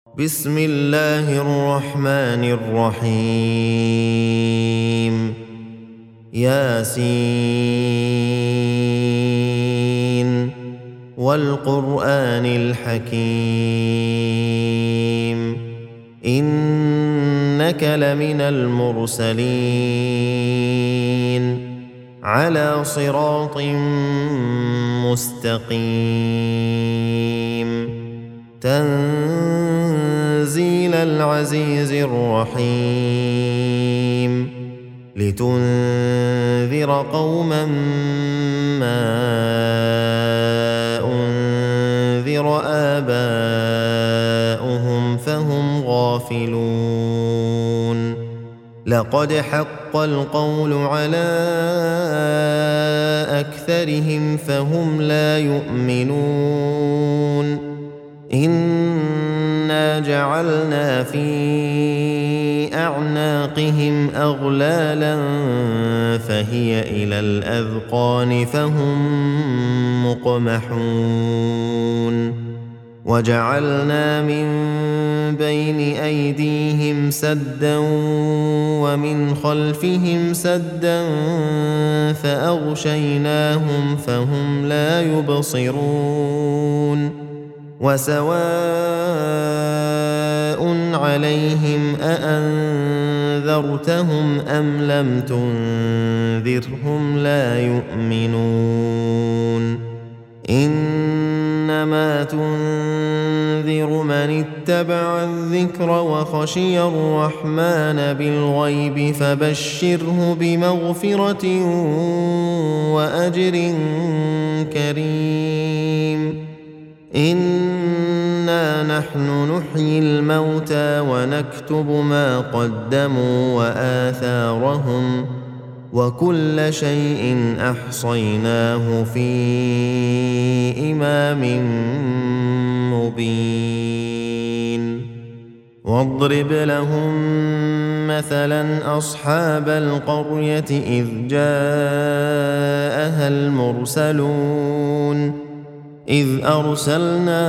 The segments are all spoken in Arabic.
بسم الله الرحمن الرحيم ياسين والقرآن الحكيم إنك لمن المرسلين على صراط مستقيم تنزيل العزيز الرحيم لتنذر قوما ما أنذر آباؤهم فهم غافلون لقد حق القول على أكثرهم فهم لا يؤمنون إنا جعلنا في أعناقهم أغلالا فهي إلى الأذقان فهم مقمحون وجعلنا من بين أيديهم سدا ومن خلفهم سدا فأغشيناهم فهم لا يبصرون وسواء عليهم أأنذرتهم أم لم تنذرهم لا يؤمنون إنما تنذر من اتبع الذكر وخشي الرحمن بالغيب فبشره بمغفرة وأجر كريم إنا نحن نحيي الموتى ونكتب ما قدموا وآثارهم وكل شيء أحصيناه في إمام مبين واضرب لهم مثلا أصحاب القرية إذ جاءها المرسلون إذ أرسلنا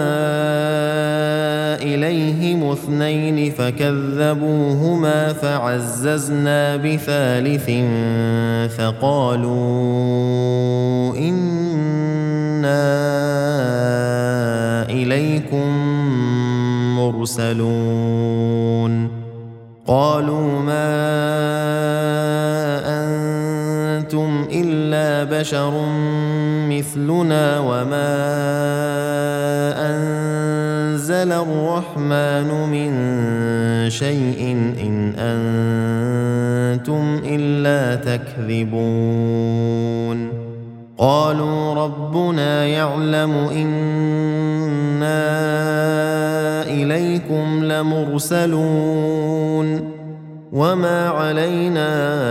إليهم اثنين فكذبوهما فعززنا بثالث فقالوا إنا إليكم مرسلون قالوا ما أنتم إلا بشر مثلنا وما أنزل الرحمن من شيء إن أنتم إلا تكذبون قالوا ربنا يعلم إنا إليكم لمرسلون وما علينا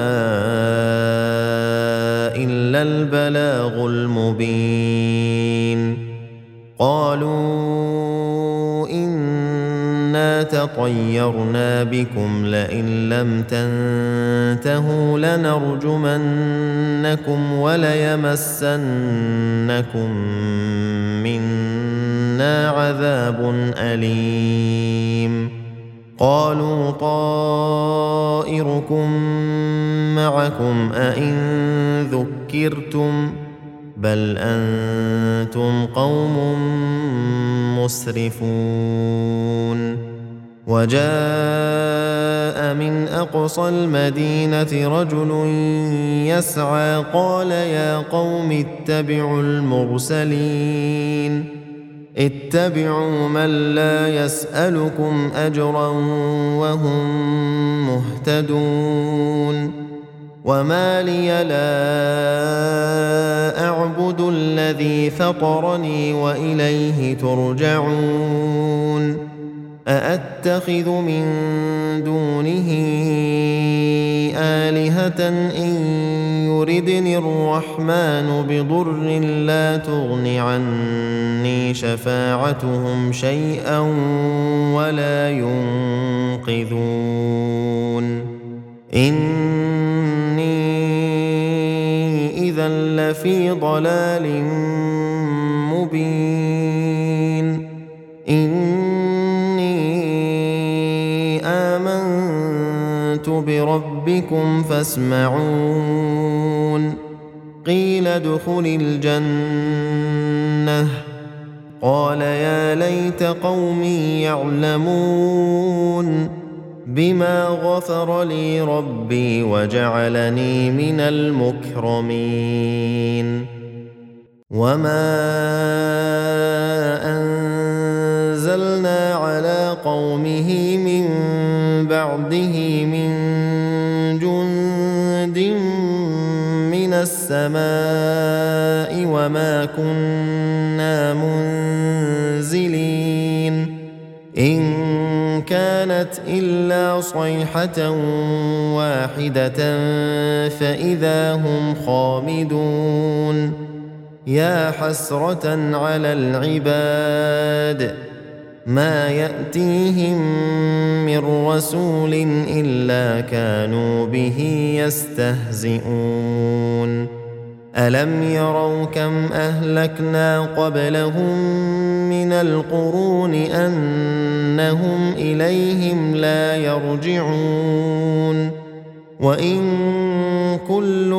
إلا البلاغ المبين قالوا إنا تطيرنا بكم لئن لم تنتهوا لنرجمنكم وليمسنكم منا عذاب أليم قالوا طائركم معكم أئن ذكرتم بل أنتم قوم مسرفون وجاء من أقصى المدينة رجل يسعى قال يا قوم اتبعوا المرسلين اتبعوا من لا يسألكم أجرا وهم مهتدون وما لي لا أعبد الذي فطرني وإليه ترجعون أأتخذ من دونه آلهة إن يردني الرحمن بضر لا تغن عني شفاعتهم شيئا ولا ينقذون إني إذا لفي ضلال مبين إني آمنت بربكم فاسمعون قيل ادخل الجنة قال يا ليت قومي يعلمون بما غفر لي ربي وجعلني من المكرمين وما أنزلنا على قومه من بعده من جند من السماء وما كنا منزلين إن كانت إلا صيحة واحدة فإذا هم خامدون يا حسرة على العباد ما يأتيهم من رسول إلا كانوا به يستهزئون ألم يروا كم أهلكنا قبلهم من القرون أنهم إليهم لا يرجعون وإن كل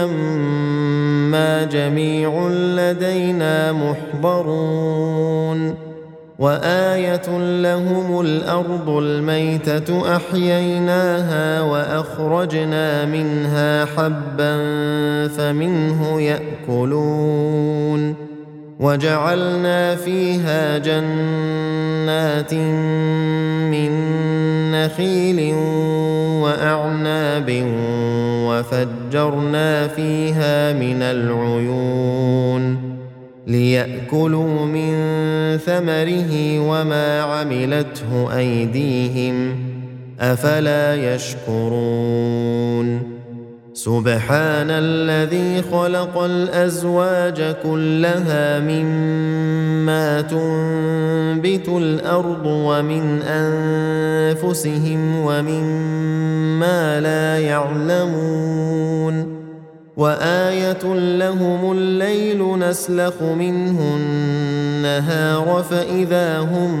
لما جميع لدينا محضرون وآية لهم الأرض الميتة أحييناها وأخرجنا منها حبا فمنه يأكلون وجعلنا فيها جنات من نخيل وأعناب وفجرنا فيها من العيون ليأكلوا من ثمره وما عملته أيديهم أفلا يشكرون سبحان الذي خلق الأزواج كلها مما تنبت الأرض ومن أنفسهم ومما لا يعلمون وآية لهم الليل نسلخ منه النهار فإذا هم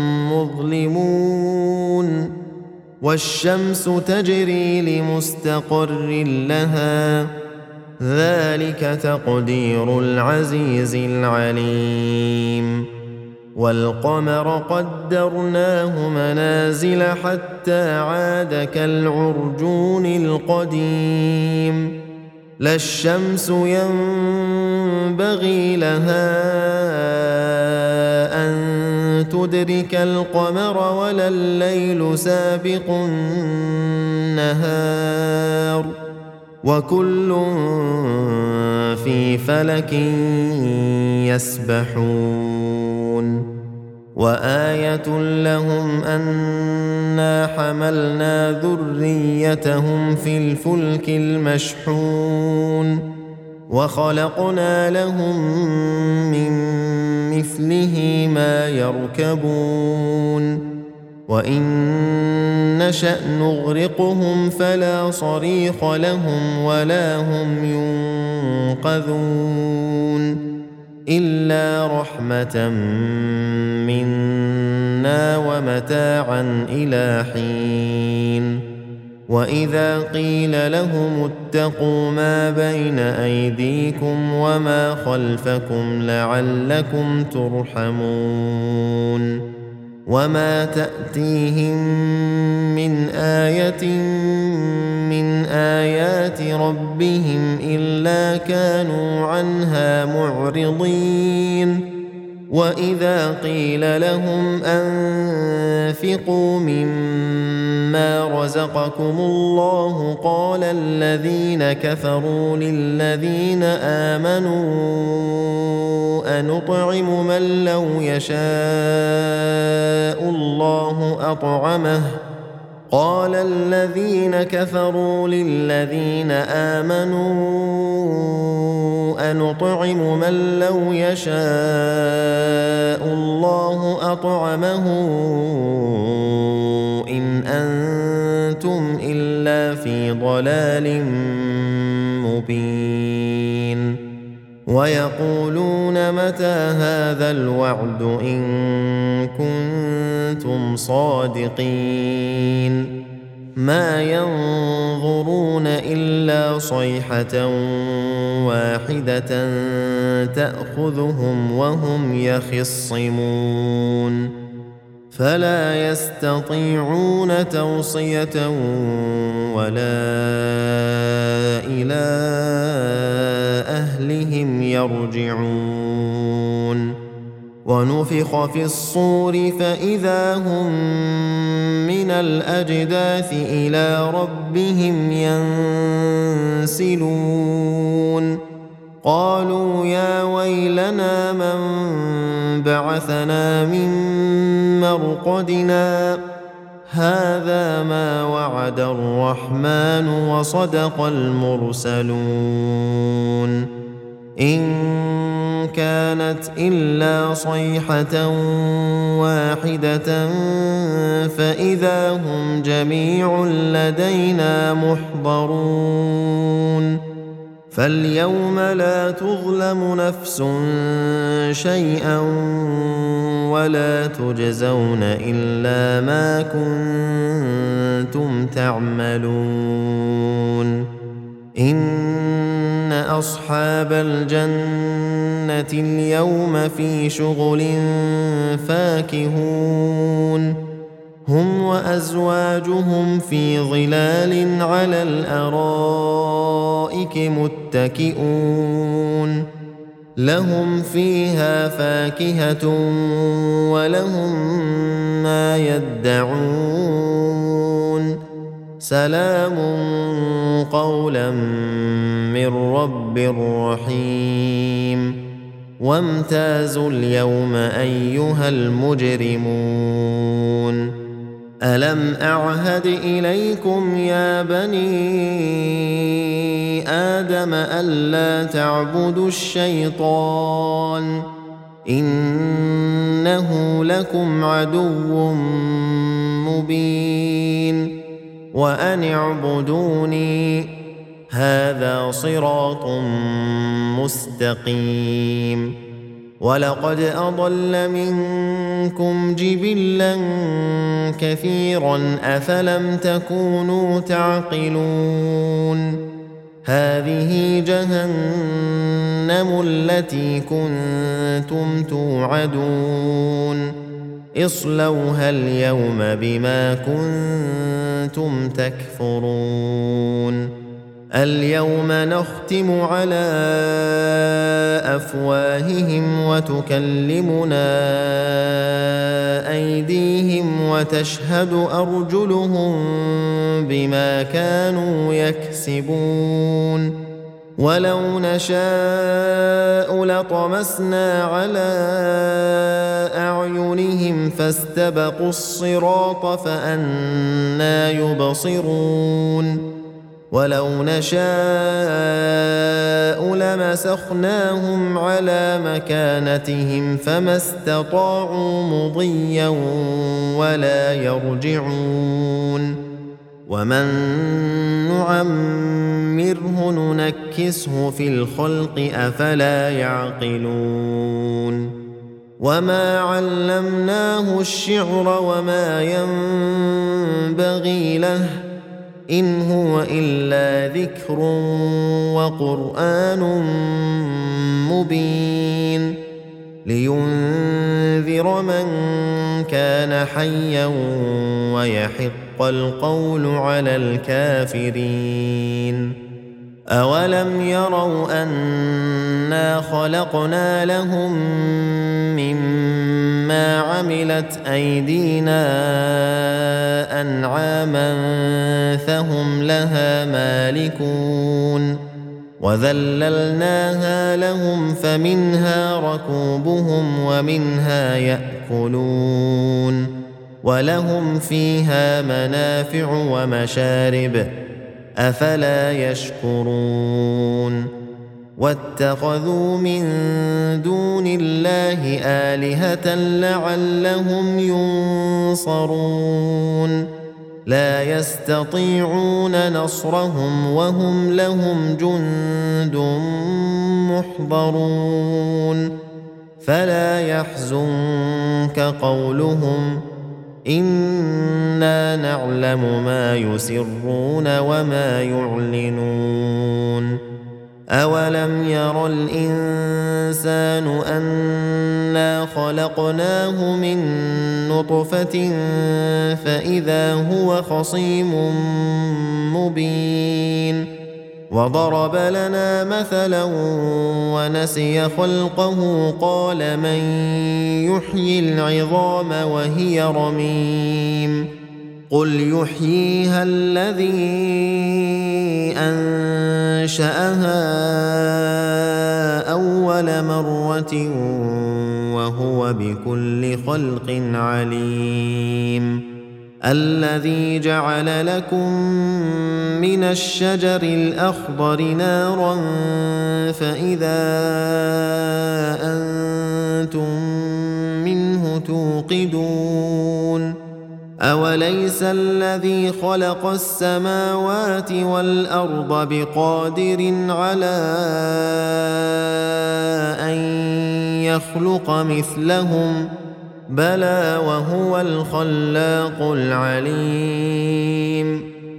مظلمون والشمس تجري لمستقر لها ذلك تقدير العزيز العليم والقمر قدرناه منازل حتى عاد كالعرجون القديم لا الشمس ينبغي لها أن تدرك القمر ولا الليل سابق النهار وكل في فلك يسبحون وآية لهم أنا حملنا ذريتهم في الفلك المشحون وخلقنا لهم من مثله ما يركبون وإن نشأ نغرقهم فلا صريخ لهم ولا هم ينقذون إلا رحمة منا ومتاعا إلى حين وإذا قيل لهم اتقوا ما بين أيديكم وما خلفكم لعلكم ترحمون وما تأتيهم من آية من آيات ربهم إلا كانوا عنها معرضين وإذا قيل لهم أنفقوا مما رزقكم الله قال الذين كفروا للذين آمنوا أنطعم من لو يشاء الله أطعمه قال الذين كفروا للذين آمنوا أنطعم من لو يشاء الله أطعمه إن أنتم إلا في ضلال مبين ويقولون متى هذا الوعد إن كنتم صادقين ما ينظرون إلا صيحة واحدة تأخذهم وهم يخصمون فلا يستطيعون توصية ولا إلى أهلهم يرجعون ونفخ في الصور فإذا هم من الأجداث إلى ربهم ينسلون قالوا يا ويلنا من بعثنا من مرقدنا هذا ما وعد الرحمن وصدق المرسلون إن كانت إلا صيحة واحدة فإذا هم جميع لدينا محضرون فاليوم لا تظلم نفس شيئا ولا تجزون إلا ما كنتم تعملون إن أصحاب الجنة اليوم في شغل فاكهون هم وأزواجهم في ظلال على الأرائك متكئون لهم فيها فاكهة ولهم ما يدعون سلام قولا من رب رحيم وامتازوا اليوم أيها المجرمون ألم أعهد إليكم يا بني آدم ألا تعبدوا الشيطان إنه لكم عدو مبين وأن اعبدوني هذا صراط مستقيم ولقد أضل منكم جبلا كثيرا أفلم تكونوا تعقلون هذه جهنم التي كنتم توعدون اصلوها اليوم بما كنتم تكفرون اليوم نختم على أفواههم وتكلمنا أيديهم وتشهد أرجلهم بما كانوا يكسبون ولو نشاء لطمسنا على أعينهم فاستبقوا الصراط فأنى يبصرون ولو نشاء لمسخناهم على مكانتهم فما استطاعوا مضيا ولا يرجعون ومن نعمره ننكسه في الخلق أفلا يعقلون وما علمناه الشعر وما ينبغي له إن هو إلا ذكر وقرآن مبين لينذر من كان حيا ويحق القول على الكافرين أولم يروا أنا خلقنا لهم مما عملت أيدينا أنعاما فهم لها مالكون وذللناها لهم فمنها ركوبهم ومنها يأكلون ولهم فيها منافع ومشارب أفلا يشكرون واتخذوا من دون الله آلهة لعلهم ينصرون لا يستطيعون نصرهم وهم لهم جند محضرون فلا يحزنك قولهم إن إنا نعلم ما يسرون وما يعلنون أولم ير الإنسان أنا خلقناه من نطفة فإذا هو خصيم مبين وضرب لنا مثلا ونسي خلقه قال من يحيي العظام وهي رميم قل يحييها الذي أنشأها أول مرة وهو بكل خلق عليم الذي جعل لكم من الشجر الأخضر نارا فإذا أنتم منه توقدون أوليس الذي خلق السماوات والأرض بقادر على أن يخلق مثلهم بلى وهو الخلاق العليم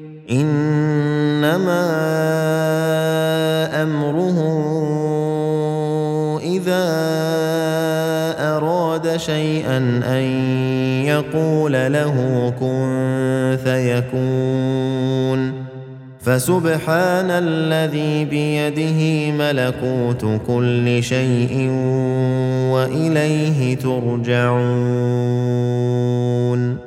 إنما أمره إذا أراد شيئا أن يقول له كن فيكون فسبحان الذي بيده ملكوت كل شيء وإليه ترجعون